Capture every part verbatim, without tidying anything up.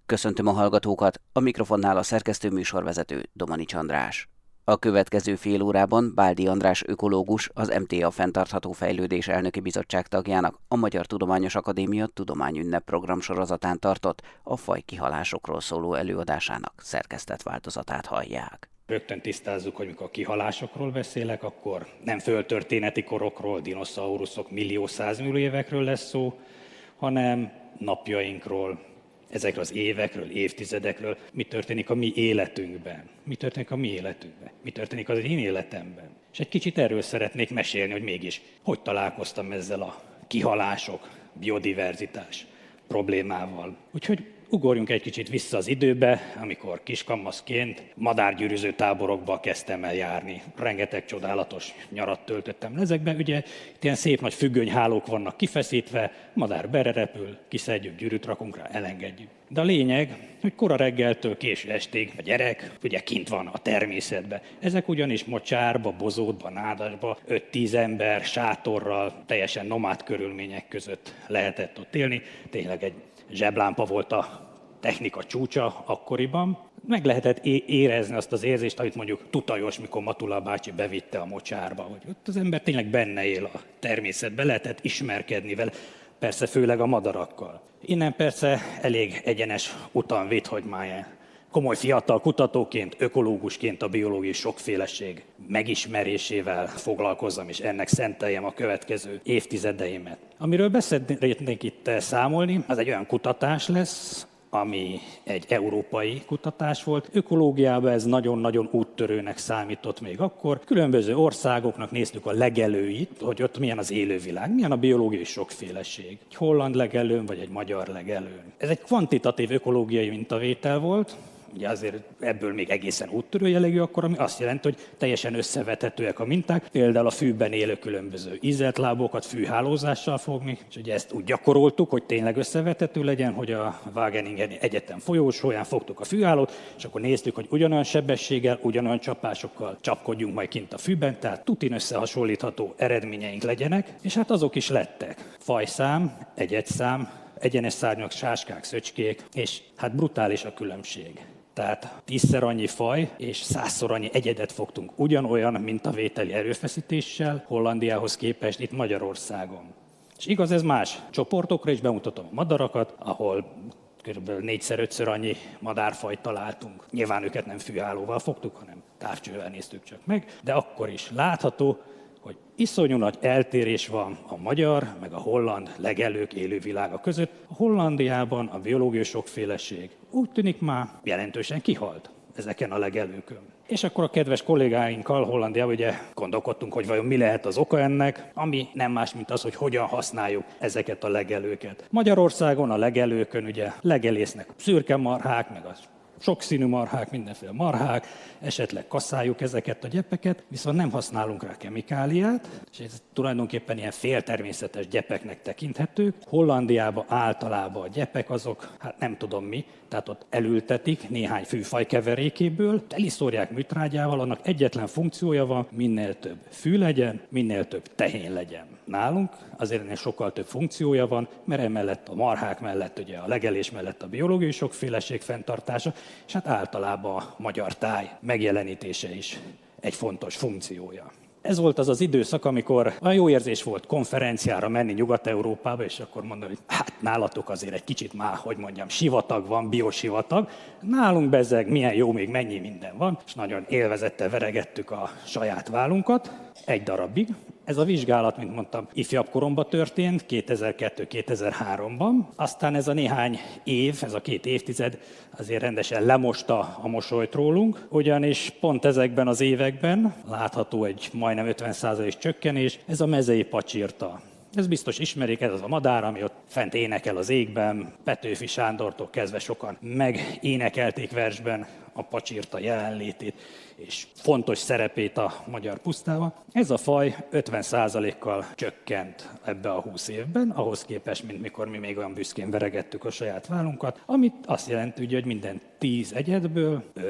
Köszöntöm a hallgatókat, a mikrofonnál a szerkesztő műsorvezető Domanics András. A következő fél órában Báldi András ökológus, az em té á Fenntartható Fejlődés Elnöki Bizottság tagjának a Magyar Tudományos Akadémia Tudományünnep program sorozatán tartott a fajkihalásokról szóló előadásának szerkesztett változatát hallják. Rögtön tisztázzuk, hogy mikor a kihalásokról beszélek, akkor nem földtörténeti korokról, dinoszauruszok millió százmillió évekről lesz szó, hanem napjainkról, ezekről az évekről, évtizedekről, mi történik a mi életünkben, mi történik a mi életünkben, mi történik az én életemben. És egy kicsit erről szeretnék mesélni, hogy mégis hogy találkoztam ezzel a kihalások, biodiverzitás problémával. Úgyhogy ugorjunk egy kicsit vissza az időbe, amikor kiskamaszként madárgyűrűző táborokba kezdtem el járni. Rengeteg csodálatos nyarat töltöttem le ezekbe. Ugye itt ilyen szép nagy függönyhálók vannak kifeszítve, madár bererepül, kiszedjük, gyűrűt rakunk rá, elengedjük. De a lényeg, hogy kora reggeltől késő estig a gyerek ugye kint van a természetben. Ezek ugyanis mocsárba, bozótba, nádasba, öt-tíz ember sátorral, teljesen nomád körülmények között lehetett ott élni. Tényleg egy zseblámpa volt a technika csúcsa akkoriban. Meg lehetett érezni azt az érzést, amit mondjuk Tutajos, mikor Matula bácsi bevitte a mocsárba, hogy ott az ember tényleg benne él a természetben, lehetett ismerkedni vele, persze főleg a madarakkal. Innen persze elég egyenes utam vitt, hogy már komoly fiatal kutatóként, ökológusként a biológiai sokféleség megismerésével foglalkozzam, és ennek szenteljem a következő évtizedeimet. Amiről beszélnék itt számolni, az egy olyan kutatás lesz, ami egy európai kutatás volt. Ökológiában ez nagyon-nagyon úttörőnek számított még akkor. Különböző országoknak néztük a legelőit, hogy ott milyen az élővilág, milyen a biológiai sokféleség. Egy holland legelőn, vagy egy magyar legelőn. Ez egy kvantitatív ökológiai mintavétel volt. Ugye azért ebből még egészen úttörő jellegű akkor, ami azt jelenti, hogy teljesen összevethetőek a minták. Például a fűben élő különböző ízeltlábokat fűhálózással fogni, és ugye ezt úgy gyakoroltuk, hogy tényleg összevethető legyen, hogy a Wageningeni Egyetem folyósóján fogtuk a fűhálót, és akkor néztük, hogy ugyanolyan sebességgel, ugyanolyan csapásokkal csapkodjunk majd kint a fűben, tehát tutin összehasonlítható eredményeink legyenek, és hát azok is lettek. Fajszám, egyedszám, egyenes szárnyak, sáskák, szöcskék, és hát brutális a különbség. Tehát tízszer annyi faj és százszor annyi egyedet fogtunk ugyanolyan mintavételi erőfeszítéssel Hollandiához képest itt Magyarországon. És igaz, ez más csoportokra is, bemutatom a madarakat, ahol kb. négyszer-ötször annyi madárfajt találtunk. Nyilván őket nem fűhálóval fogtuk, hanem távcsővel néztük csak meg, de akkor is látható, hogy iszonyú nagy eltérés van a magyar meg a holland legelők élővilága között. A Hollandiában a biológiai sokféleség úgy tűnik már jelentősen kihalt ezeken a legelőkön. És akkor a kedves kollégáinkkal Hollandiában ugye gondolkodtunk, hogy vajon mi lehet az oka ennek, ami nem más, mint az, hogy hogyan használjuk ezeket a legelőket. Magyarországon a legelőkön ugye legelésznek szürke marhák, meg az sokszínű marhák, mindenféle marhák, esetleg kasszáljuk ezeket a gyepeket, viszont nem használunk rá kemikáliát, és ez tulajdonképpen ilyen féltermészetes gyepeknek tekinthetők. Hollandiában általában a gyepek azok, hát nem tudom mi, tehát ott elültetik néhány fűfaj keverékéből, eliszórják műtrágyával, annak egyetlen funkciója van, minél több fű legyen, minél több tehén legyen. Nálunk azért ennél sokkal több funkciója van, mert emellett a marhák mellett, ugye a legelés mellett a biológiai sokféleség fenntartása, és hát általában a magyar táj megjelenítése is egy fontos funkciója. Ez volt az az időszak, amikor a jó érzés volt konferenciára menni Nyugat-Európába, és akkor mondani, hogy hát nálatok azért egy kicsit már, hogy mondjam, sivatag van, biosivatag. Nálunk bezzeg milyen jó, még mennyi minden van, és nagyon élvezettel veregettük a saját vállunkat egy darabig. Ez a vizsgálat, mint mondtam, ifjabb koromban történt, kétezer-kettő-kétezer-háromban. Aztán ez a néhány év, ez a két évtized azért rendesen lemosta a mosolyt rólunk, ugyanis pont ezekben az években látható egy majdnem ötven százalékos csökkenés, ez a mezei pacsirta. Ez biztos ismerik, ez az a madár, ami ott fent énekel az égben, Petőfi Sándortól kezdve sokan megénekelték versben a pacsirta jelenlétét és fontos szerepét a magyar pusztában. Ez a faj ötven százalékkal csökkent ebbe a húsz évben, ahhoz képest, mint mikor mi még olyan büszkén veregettük a saját vállunkat, amit azt jelenti, hogy minden tíz egyedből öt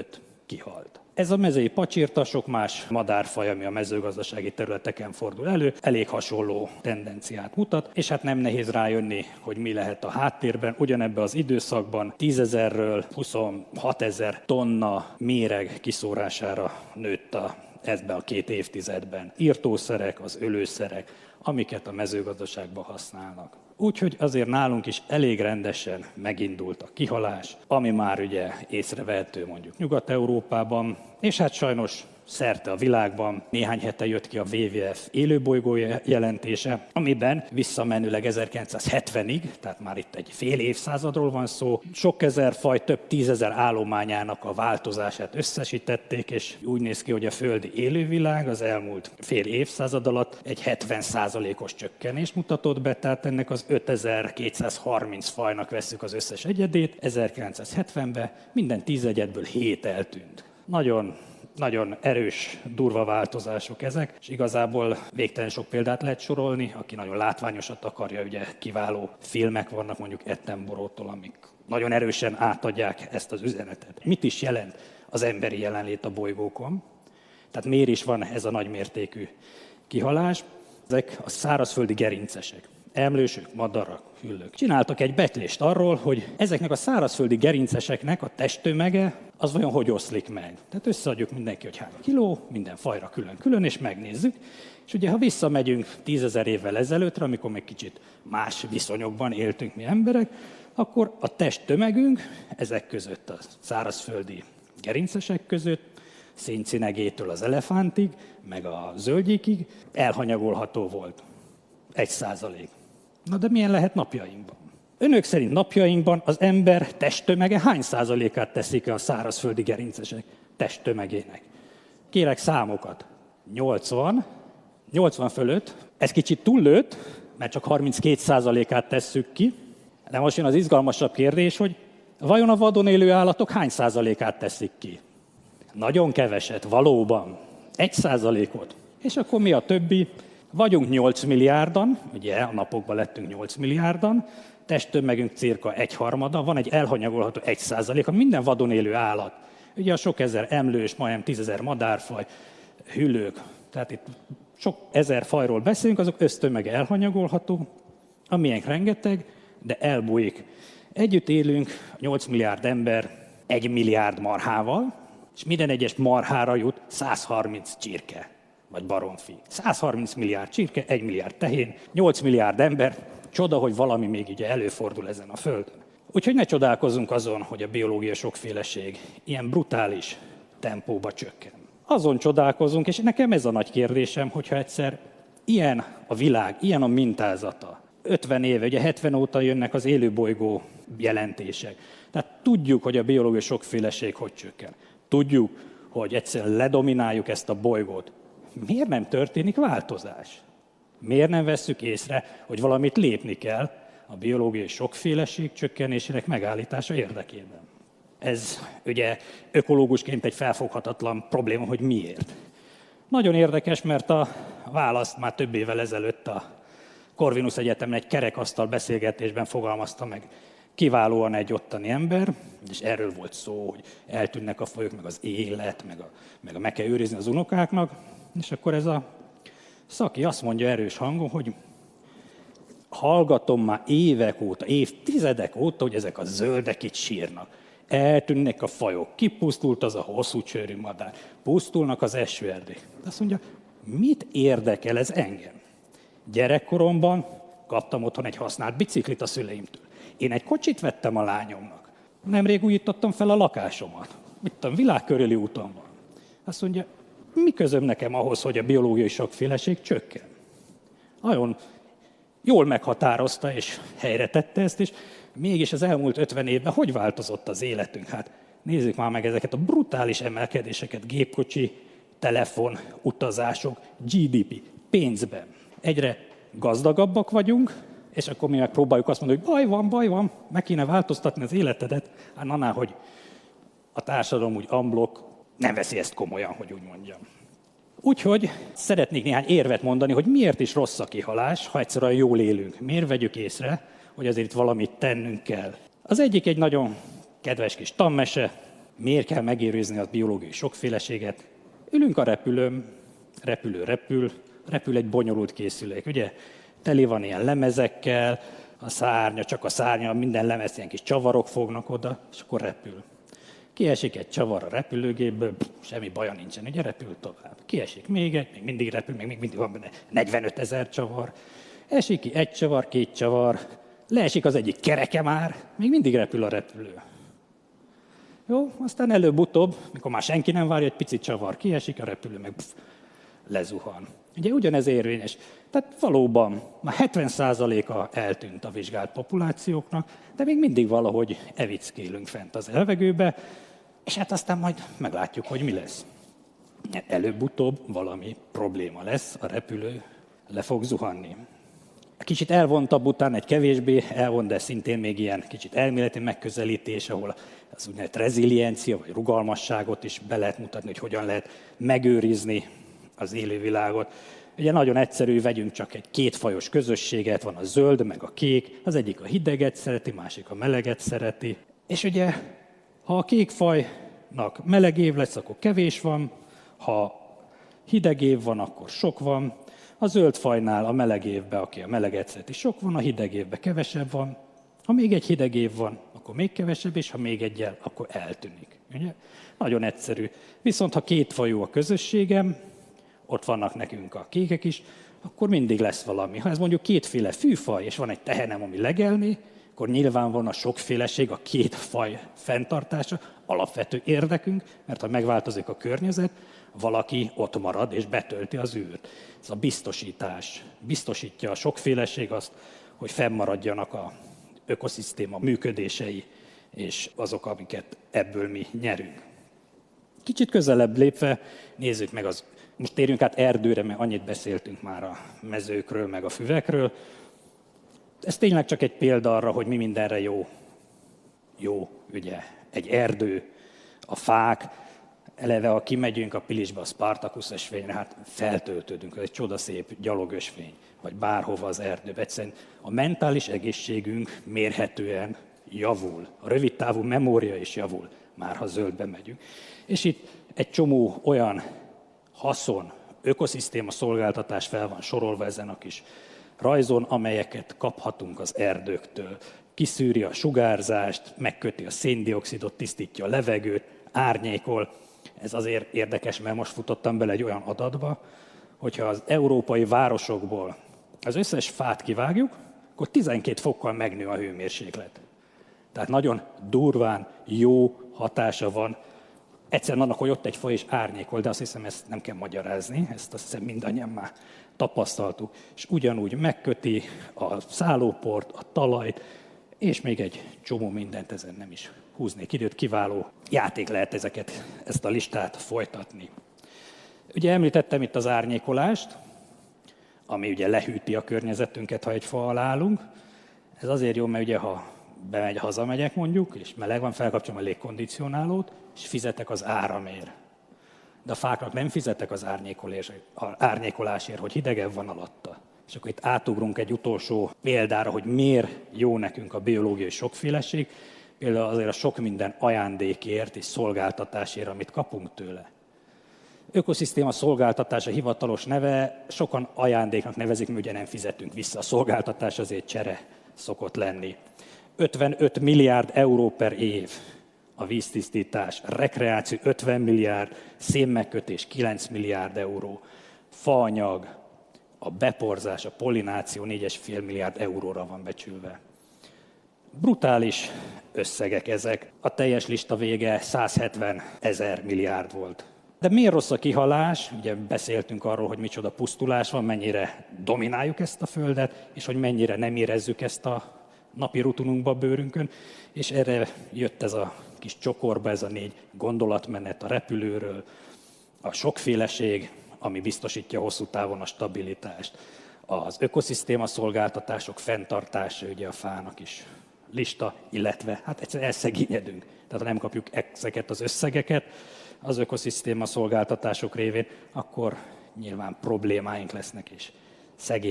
kihalt. Ez a mezei pacsirta, sok más madárfaj, ami a mezőgazdasági területeken fordul elő, elég hasonló tendenciát mutat, és hát nem nehéz rájönni, hogy mi lehet a háttérben. Ugyanebben az időszakban tízezerről huszonhatezer tonna méreg kiszórására nőtt a, ebben a két évtizedben. Írtószerek, az ölőszerek, amiket a mezőgazdaságban használnak. Úgyhogy azért nálunk is elég rendesen megindult a kihalás, ami már ugye észrevehető mondjuk Nyugat-Európában, és hát sajnos szerte a világban. Néhány hete jött ki a dupla vé dupla ef élőbolygó jelentése, amiben visszamenőleg ezerkilencszázhetvenig, tehát már itt egy fél évszázadról van szó, sok ezer faj, több tízezer állományának a változását összesítették, és úgy néz ki, hogy a földi élővilág az elmúlt fél évszázad alatt egy hetven százalékos csökkenést mutatott be, tehát ennek az ötezer-kétszázharminc fajnak vesszük az összes egyedét. ezerkilencszázhetvenben minden tíz egyedből hét eltűnt. Nagyon Nagyon erős, durva változások ezek, és igazából végtelen sok példát lehet sorolni. Aki nagyon látványosat akarja, ugye kiváló filmek vannak mondjuk Attenborough-tól, amik nagyon erősen átadják ezt az üzenetet. Mit is jelent az emberi jelenlét a bolygókon? Tehát miért is van ez a nagymértékű kihalás? Ezek a szárazföldi gerincesek. Emlősök, madarak, hüllők. Csináltak egy becslést arról, hogy ezeknek a szárazföldi gerinceseknek a testtömege az vajon hogy oszlik meg. Tehát összeadjuk mindenki, hogy hány kiló, minden fajra külön-külön, és megnézzük. És ugye, ha visszamegyünk tízezer évvel ezelőttre, amikor még kicsit más viszonyokban éltünk mi emberek, akkor a testtömegünk ezek között a szárazföldi gerincesek között, széncinegétől az elefántig, meg a zöldgyékig elhanyagolható volt. Egy százalék. Na de milyen lehet napjainkban? Önök szerint napjainkban az ember testtömege hány százalékát teszik a szárazföldi gerincesek testtömegének? Kérek számokat. nyolcvan, nyolcvan fölött, ez kicsit túllőtt, mert csak harminckét százalékát tesszük ki. De most jön az izgalmasabb kérdés, hogy vajon a vadon élő állatok hány százalékát teszik ki? Nagyon keveset, valóban. Egy százalékot. És akkor mi a többi? Vagyunk nyolc milliárdan, ugye a napokban lettünk nyolc milliárdan, testtömegünk cirka egyharmada, van egy elhanyagolható egy százalék, a minden vadon élő állat. Ugye a sok ezer emlős, majdnem tízezer madárfaj, hüllők, tehát itt sok ezer fajról beszélünk, azok össztömege elhanyagolható, amilyen rengeteg, de elbújik. Együtt élünk nyolc milliárd ember egy milliárd marhával, és minden egyes marhára jut száz harminc csirke. Vagy baromfi. száz harminc milliárd csirke, egy milliárd tehén, nyolc milliárd ember. Csoda, hogy valami még ugye előfordul ezen a Földön. Úgyhogy ne csodálkozzunk azon, hogy a biológiai sokféleség ilyen brutális tempóba csökken. Azon csodálkozunk, és nekem ez a nagy kérdésem, hogyha egyszer ilyen a világ, ilyen a mintázata. ötven éve, ugye hetven óta jönnek az élőbolygó jelentések. Tehát tudjuk, hogy a biológiai sokféleség hogy csökken. Tudjuk, hogy egyszerűen ledomináljuk ezt a bolygót. Miért nem történik változás? Miért nem vesszük észre, hogy valamit lépni kell a biológiai sokféleség csökkenésének megállítása érdekében? Ez ugye ökológusként egy felfoghatatlan probléma, hogy miért. Nagyon érdekes, mert a választ már több évvel ezelőtt a Corvinus Egyetemen egy kerekasztal beszélgetésben fogalmazta meg kiválóan egy ottani ember, és erről volt szó, hogy eltűnnek a fajok, meg az élet, meg, a, meg a meg kell őrizni az unokáknak. És akkor ez a szaki azt mondja erős hangon, hogy hallgatom már évek óta, évtizedek óta, hogy ezek a zöldek itt sírnak. Eltűnnek a fajok, kipusztult az a hosszú csőrű madár, pusztulnak az esőerdék. Azt mondja, mit érdekel ez engem? Gyerekkoromban kaptam otthon egy használt biciklit a szüleimtől. Én egy kocsit vettem a lányomnak. Nemrég újítottam fel a lakásomat. Itt a világ körüli úton van. Azt mondja, mi közöm nekem ahhoz, hogy a biológiai sokféleség csökken? Nagyon jól meghatározta és helyre tette ezt, és mégis az elmúlt ötven évben hogy változott az életünk? Hát nézzük már meg ezeket a brutális emelkedéseket, gépkocsi, telefon, utazások, gé dé pé, pénzben. Egyre gazdagabbak vagyunk, és akkor mi megpróbáljuk azt mondani, hogy baj van, baj van, meg kéne változtatni az életedet. Hát annál, hogy a társadalom úgy amblok, nem veszi ezt komolyan, hogy úgy mondjam. Úgyhogy szeretnék néhány érvet mondani, hogy miért is rossz a kihalás, ha egyszerűen jól élünk. Miért vegyük észre, hogy azért itt valamit tennünk kell. Az egyik egy nagyon kedves kis tanmese, Miért kell megőrizni a biológiai sokféleséget? Ülünk a repülőn, repülő repül, repül egy bonyolult készülék, ugye? Teli van ilyen lemezekkel, a szárnya, csak a szárnya, minden lemez, ilyen kis csavarok fognak oda, és akkor repül. Kiesik egy csavar a repülőgépből, pff, semmi baja nincsen, ugye repül tovább. Kiesik még egy, még mindig repül, még mindig van benne negyvenöt ezer csavar. Esik ki egy csavar, két csavar, leesik az egyik kereke már, még mindig repül a repülő. Jó, aztán előbb-utóbb, mikor már senki nem várja, egy picit csavar kiesik, a repülő meg pff, lezuhan. Ugye ugyanez érvényes. Tehát valóban már hetven százaléka eltűnt a vizsgált populációknak, de még mindig valahogy evickélünk fent az levegőbe, és hát aztán majd meglátjuk, hogy mi lesz. Előbb-utóbb valami probléma lesz, a repülő le fog zuhanni. Kicsit elvontabb után egy kevésbé elvont, de szintén még ilyen kicsit elméleti megközelítés, ahol az úgynevezett reziliencia vagy rugalmasságot is be lehet mutatni, hogy hogyan lehet megőrizni az élővilágot. Ugye nagyon egyszerű, vegyünk csak egy kétfajos közösséget, van a zöld, meg a kék, az egyik a hideget szereti, másik a meleget szereti. És ugye, ha a kék fajnak meleg év lesz, akkor kevés van, ha hideg év van, akkor sok van. A zöld fajnál a meleg évben, aki a meleget szereti, sok van, a hideg évben kevesebb van. Ha még egy hideg év van, akkor még kevesebb, és ha még egyel, akkor eltűnik. Ugye? Nagyon egyszerű. Viszont ha kétfajú a közösségem, ott vannak nekünk a kékek is, akkor mindig lesz valami. Ha ez mondjuk kétféle fűfaj, és van egy tehenem, ami legelné, akkor nyilván van a sokféleség, a két faj fenntartása, alapvető érdekünk, mert ha megváltozik a környezet, valaki ott marad és betölti az űrt. Ez a biztosítás. Biztosítja a sokféleség azt, hogy fennmaradjanak az ökoszisztéma működései, és azok, amiket ebből mi nyerünk. Kicsit közelebb lépve nézzük meg az. Most térjünk át erdőre, mert annyit beszéltünk már a mezőkről, meg a füvekről. Ez tényleg csak egy példa arra, hogy mi mindenre jó. Jó, ugye, egy erdő, a fák, eleve, ha kimegyünk a Pilisbe, a Spartacus ösvényre, hát feltöltődünk, ez egy csodaszép gyalogösvény, vagy bárhova az erdőbe. Egyszerűen a mentális egészségünk mérhetően javul, a rövidtávú memória is javul, már ha zöldbe megyünk. És itt egy csomó olyan haszon, ökoszisztéma szolgáltatás fel van sorolva ezen a kis rajzon, amelyeket kaphatunk az erdőktől. Kiszűri a sugárzást, megköti a széndioxidot, tisztítja a levegőt, árnyékol. Ez azért érdekes, mert most futottam bele egy olyan adatba, hogyha az európai városokból az összes fát kivágjuk, akkor tizenkét fokkal megnő a hőmérséklet. Tehát nagyon durván jó hatása van egyszerűen annak, hogy ott egy faj is árnyékol, de azt hiszem, ezt nem kell magyarázni, ezt azt hiszem mindannyian már tapasztaltuk. És ugyanúgy megköti a szállóport, a talajt, és még egy csomó mindent, ezen nem is húznék időt, kiváló játék lehet ezeket, ezt a listát folytatni. Ugye említettem itt az árnyékolást, ami ugye lehűti a környezetünket, ha egy fa alá állunk. Ez azért jó, mert ugye ha bemegy, hazamegyek mondjuk, és meleg van, felkapcsolom a légkondicionálót, és fizetek az áramért. De a fáknak nem fizetek az árnyékolásért, hogy hidegebb van alatta. És akkor itt átugrunk egy utolsó példára, hogy miért jó nekünk a biológiai sokféleség, például azért a sok minden ajándékért és szolgáltatásért, amit kapunk tőle. Ökoszisztéma szolgáltatása hivatalos neve, sokan ajándéknak nevezik, mi ugye nem fizetünk vissza, a szolgáltatás azért csere szokott lenni. ötvenöt milliárd euró per év a víztisztítás, rekreáció ötven milliárd, szénmegkötés kilenc milliárd euró, faanyag, a beporzás, a pollináció négy egész öt milliárd euróra van becsülve. Brutális összegek ezek, a teljes lista vége százhetven ezer milliárd volt. De miért rossz a kihalás? Ugye beszéltünk arról, hogy micsoda pusztulás van, mennyire domináljuk ezt a földet, és hogy mennyire nem érezzük ezt a napi rutinunkba a bőrünkön, és erre jött ez a kis csokorba, ez a négy gondolatmenet a repülőről, a sokféleség, ami biztosítja hosszú távon a stabilitást, az ökoszisztéma szolgáltatások fenntartása, ugye a fának is lista, illetve hát egyszerűen elszegényedünk. Tehát ha nem kapjuk ezeket az összegeket az ökoszisztéma szolgáltatások révén, akkor nyilván problémáink lesznek, és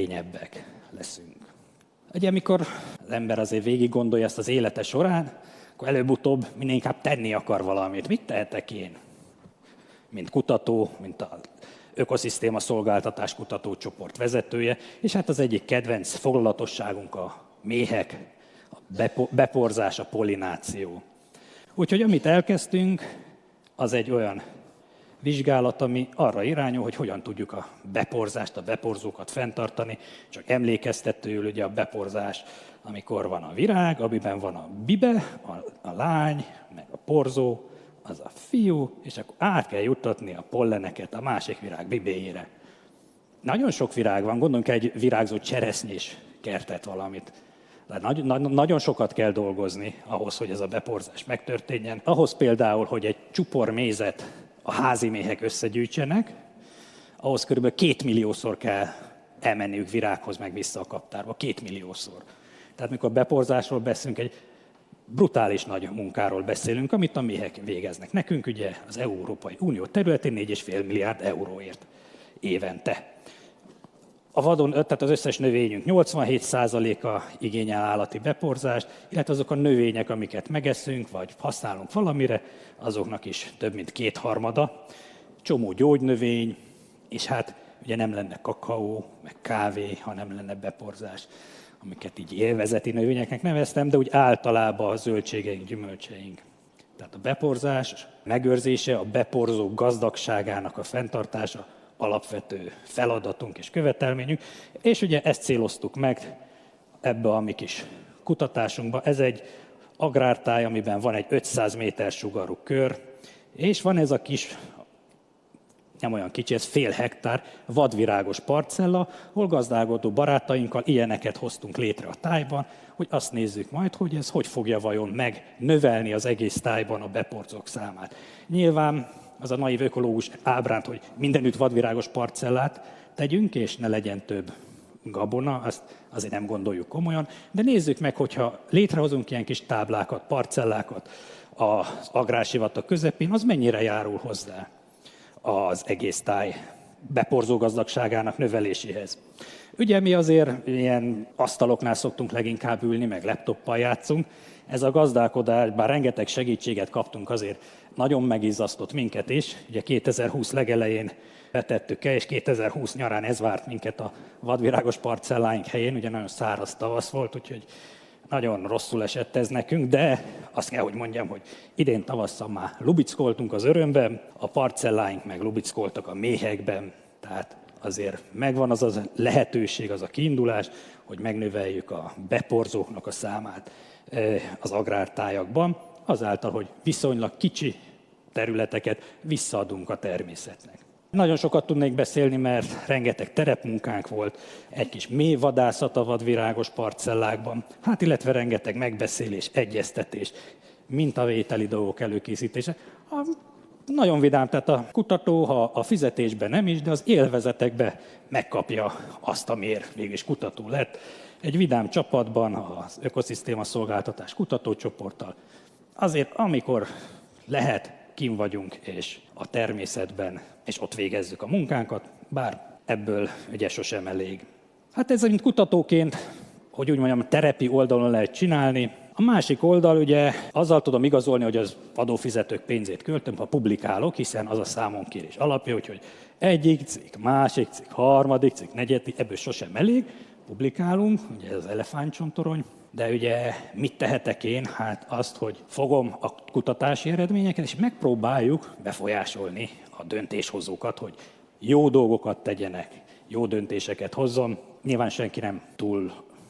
szegényebbek leszünk. Ugye, amikor az ember azért végig gondolja ezt az élete során, akkor előbb-utóbb minél inkább tenni akar valamit. Mit tehetek én, mint kutató, mint az ökoszisztéma szolgáltatás kutatócsoport vezetője, és hát az egyik kedvenc foglalatosságunk a méhek, a beporzás, a pollináció. Úgyhogy amit elkezdtünk, az egy olyan vizsgálat, ami arra irányul, hogy hogyan tudjuk a beporzást, a beporzókat fenntartani. Csak emlékeztetőül ugye a beporzás, amikor van a virág, amiben van a bibe, a, a lány, meg a porzó, az a fiú, és akkor át kell juttatni a polleneket a másik virág bibéjére. Nagyon sok virág van, gondolunk egy virágzó cseresznyés kertet valamit. Nagy, nagy, nagyon sokat kell dolgozni ahhoz, hogy ez a beporzás megtörténjen. Ahhoz például, hogy egy csupor mézet a házi méhek összegyűjtsenek, ahhoz körülbelül kétmilliószor kell elmenniük virághoz meg vissza a kaptárba. Kétmilliószor. Tehát mikor beporzásról beszélünk, egy brutális nagy munkáról beszélünk, amit a méhek végeznek. Nekünk ugye az Európai Unió területén négy egész öt milliárd euróért évente. A vadon, tehát az összes növényünk nyolcvanhét százaléka igényel állati beporzást, illetve azok a növények, amiket megeszünk, vagy használunk valamire, azoknak is több mint kétharmada. Csomó gyógynövény, és hát ugye nem lenne kakaó, meg kávé, ha nem lenne beporzás, amiket így élvezeti növényeknek neveztem, de úgy általában a zöldségeink, gyümölcseink. Tehát a beporzás megőrzése, a beporzók gazdagságának a fenntartása alapvető feladatunk és követelményünk, és ugye ezt céloztuk meg ebbe a mi kis kutatásunkba. Ez egy agrártáj, amiben van egy ötszáz méter sugarú kör, és van ez a kis, nem olyan kicsi, ez fél hektár vadvirágos parcella, hol gazdálkodó barátainkkal ilyeneket hoztunk létre a tájban, hogy azt nézzük majd, hogy ez hogy fogja vajon megnövelni az egész tájban a beporzók számát. Nyilván az a naív ökológus ábránt, hogy mindenütt vadvirágos parcellát tegyünk, és ne legyen több gabona, azt azért nem gondoljuk komolyan, de nézzük meg, hogyha létrehozunk ilyen kis táblákat, parcellákat az agrársivatag közepén, az mennyire járul hozzá az egész táj beporzó gazdagságának növeléséhez. Ugye mi azért ilyen asztaloknál szoktunk leginkább ülni, meg laptoppal játszunk. Ez a gazdálkodás, bár rengeteg segítséget kaptunk, azért nagyon megizzasztott minket is. Ugye kétezer-húsz legelején vetettük el, és kétezer-húsz nyarán ez várt minket a vadvirágos parcelláink helyén. Ugye nagyon száraz tavasz volt, úgyhogy nagyon rosszul esett ez nekünk, de azt kell, hogy mondjam, hogy idén tavasszal már lubickoltunk az örömben, a parcelláink meg lubickoltak a méhekben, tehát azért megvan az a lehetőség, az a kiindulás, hogy megnöveljük a beporzóknak a számát az agrártájakban, azáltal, hogy viszonylag kicsi területeket visszaadunk a természetnek. Nagyon sokat tudnék beszélni, mert rengeteg terepmunkánk volt, egy kis mély vadászat a vadvirágos parcellákban, hát illetve rengeteg megbeszélés, egyeztetés, mintavételi dolgok előkészítése. Nagyon vidám, tehát a kutató, ha a fizetésben nem is, de az élvezetekben megkapja azt, amiért mégis kutató lett. Egy vidám csapatban, az ökoszisztéma szolgáltatás kutatócsoporttal. Azért, amikor lehet, kint vagyunk, és a természetben, és ott végezzük a munkánkat, bár ebből ugye sosem elég. Hát ez, mint kutatóként, hogy úgy mondjam, terepi oldalon lehet csinálni. A másik oldal, ugye azzal tudom igazolni, hogy az adófizetők pénzét költöm, ha publikálok, hiszen az a számonkérés alapja, úgyhogy egyik cikk, másik cikk, harmadik cikk, negyedik, ebből sosem elég, publikálunk, ugye ez az elefántcsontorony, de ugye mit tehetek én? Hát azt, hogy fogom a kutatási eredményeket, és megpróbáljuk befolyásolni a döntéshozókat, hogy jó dolgokat tegyenek, jó döntéseket hozzon. Nyilván senki nem túl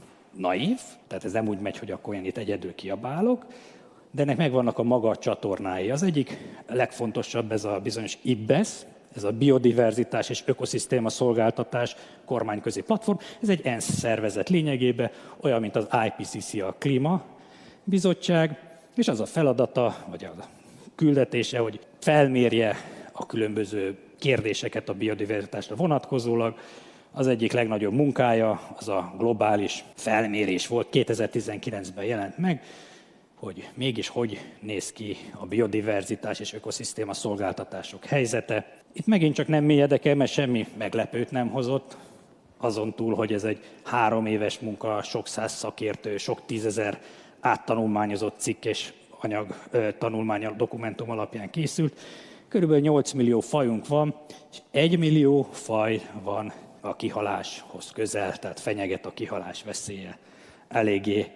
naív, tehát ez nem úgy megy, hogy akkor én itt egyedül kiabálok, de ennek megvannak a maga csatornái. Az egyik legfontosabb ez a bizonyos I B E S, ez a Biodiverzitás és Ökoszisztéma Szolgáltatás kormányközi platform. Ez egy ENSZ szervezet lényegében, olyan, mint az I P C C, a Klímabizottság, és az a feladata, vagy a küldetése, hogy felmérje a különböző kérdéseket a biodiverzitásra vonatkozólag. Az egyik legnagyobb munkája az a globális felmérés volt, kétezer-tizenkilencben jelent meg, hogy mégis hogy néz ki a biodiverzitás és ökoszisztéma szolgáltatások helyzete. Itt megint csak nem mélyedek el, mert semmi meglepőt nem hozott, azon túl, hogy ez egy három éves munka, sok száz szakértő, sok tízezer áttanulmányozott cikk és anyag, tanulmány, dokumentum alapján készült. Körülbelül nyolc millió fajunk van, és egy millió faj van a kihaláshoz közel, tehát fenyeget a kihalás veszélye. Eléggé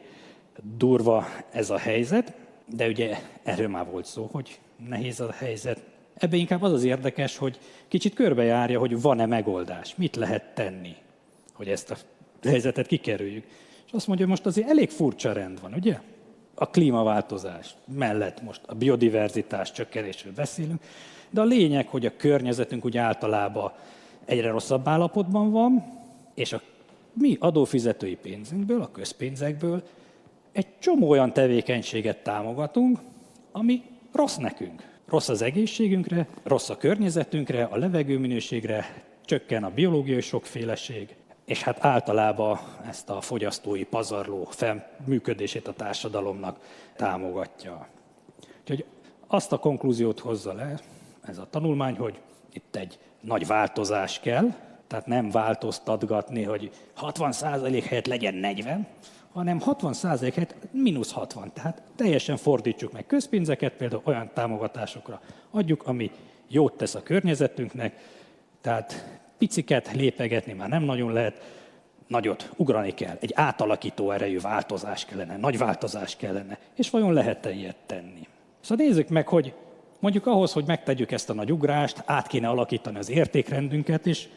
durva ez a helyzet, de ugye erről már volt szó, hogy nehéz a helyzet. Ebben inkább az az érdekes, hogy kicsit körbejárja, hogy van-e megoldás, mit lehet tenni, hogy ezt a helyzetet kikerüljük. És azt mondja, hogy most azért elég furcsa rend van, ugye? A klímaváltozás mellett most a biodiverzitás csökkenésről beszélünk, de a lényeg, hogy a környezetünk úgy általában egyre rosszabb állapotban van, és a mi adófizetői pénzünkből, a közpénzekből egy csomó olyan tevékenységet támogatunk, ami rossz nekünk. Rossz az egészségünkre, rossz a környezetünkre, a levegőminőségre, csökken a biológiai sokféleség, és hát általában ezt a fogyasztói pazarló működését a társadalomnak támogatja. Úgyhogy azt a konklúziót hozza le ez a tanulmány, hogy itt egy nagy változás kell, tehát nem változtatgatni, hogy hatvan százalék helyett legyen negyven, hanem hatvan százalék helyett mínusz hatvan. Tehát teljesen fordítsuk meg közpénzeket, például olyan támogatásokra adjuk, ami jót tesz a környezetünknek, tehát piciket lépegetni már nem nagyon lehet, nagyot ugrani kell. Egy átalakító erejű változás kellene, nagy változás kellene. És vajon lehet-e ilyet tenni? Szóval nézzük meg, hogy mondjuk ahhoz, hogy megtegyük ezt a nagy ugrást, át kéne alakítani az értékrendünket, és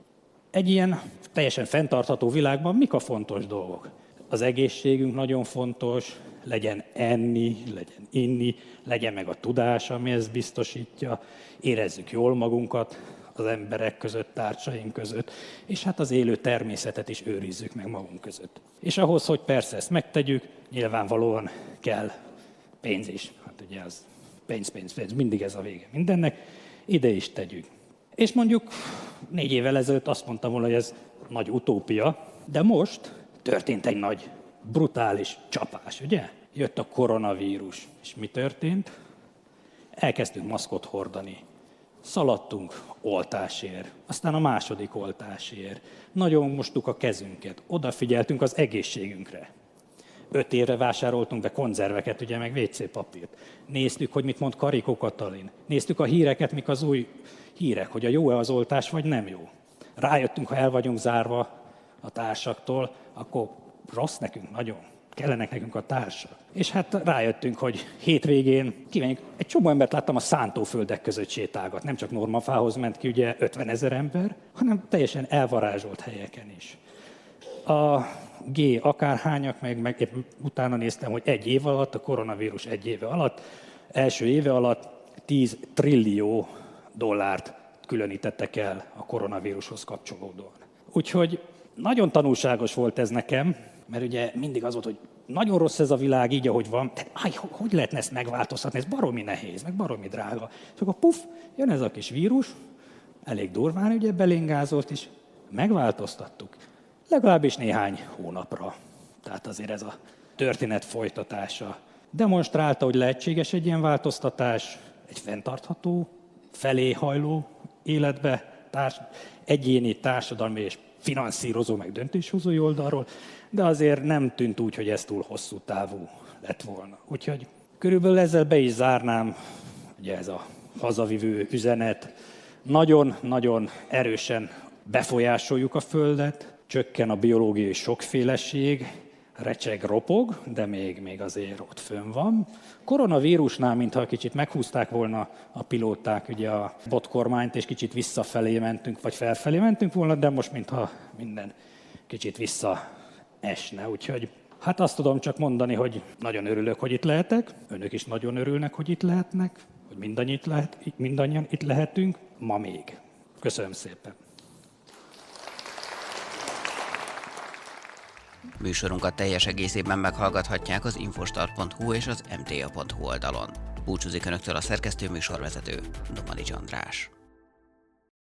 egy ilyen teljesen fenntartható világban mik a fontos dolgok? Az egészségünk nagyon fontos, legyen enni, legyen inni, legyen meg a tudás, ami ezt biztosítja, érezzük jól magunkat az emberek között, társaink között, és hát az élő természetet is őrizzük meg magunk között. És ahhoz, hogy persze ezt megtegyük, nyilvánvalóan kell pénz is. Hát ugye az pénz, pénz, pénz, mindig ez a vége mindennek, ide is tegyük. És mondjuk négy évvel ezelőtt azt mondtam volna, hogy ez nagy utópia, de most történt egy nagy, brutális csapás, ugye? Jött a koronavírus, és mi történt? Elkezdtünk maszkot hordani. Szaladtunk oltásért, aztán a második oltásért. Nagyon mostuk a kezünket, odafigyeltünk az egészségünkre. Öt évre vásároltunk be konzerveket, ugye, meg vé cé papírt. Néztük, hogy mit mond Karikó Katalin. Néztük a híreket, mik az új hírek, hogy a jó-e az oltás, vagy nem jó. Rájöttünk, ha el vagyunk zárva a társaktól, akkor rossz nekünk nagyon. Kellenek nekünk a társak. És hát rájöttünk, hogy hétvégén kimenjünk. Egy csomó embert láttam a szántóföldek között sétálgat. Nem csak Normafához ment ki ugye ötvenezer ember, hanem teljesen elvarázsolt helyeken is. A G akárhányak, meg, meg épp utána néztem, hogy egy év alatt, a koronavírus egy éve alatt, első éve alatt tíz trillió dollárt különítettek el a koronavírushoz kapcsolódóan. Úgyhogy nagyon tanulságos volt ez nekem, mert ugye mindig az volt, hogy nagyon rossz ez a világ így, ahogy van, de áj, hogy lehetne ezt megváltoztatni, ez baromi nehéz, meg baromi drága. És akkor puff, jön ez a kis vírus, elég durván ugye belingázolt, és megváltoztattuk. Legalábbis néhány hónapra. Tehát azért ez a történet folytatása demonstrálta, hogy lehetséges egy ilyen változtatás, egy fenntartható, felé hajló életbe, társ, egyéni, társadalmi és finanszírozó, meg döntéshozói oldalról, de azért nem tűnt úgy, hogy ez túl hosszú távú lett volna. Úgyhogy körülbelül ezzel be is zárnám, ugye ez a hazavivő üzenet. Nagyon-nagyon erősen befolyásoljuk a Földet, csökken a biológiai sokféleség, recseg, ropog, de még, még azért ott fönn van. Koronavírusnál, mintha kicsit meghúzták volna a pilóták ugye a botkormányt, és kicsit visszafelé mentünk, vagy felfelé mentünk volna, de most mintha minden kicsit visszaesne. Úgyhogy hát azt tudom csak mondani, hogy nagyon örülök, hogy itt lehetek, önök is nagyon örülnek, hogy itt lehetnek, hogy mindannyian itt, lehet, mindannyian itt lehetünk, ma még. Köszönöm szépen! Műsorunkat teljes egészében meghallgathatják az infostart pont hu és az em té á pont hu oldalon. Búcsúzik Önöktől a szerkesztő műsorvezető, Domanics András.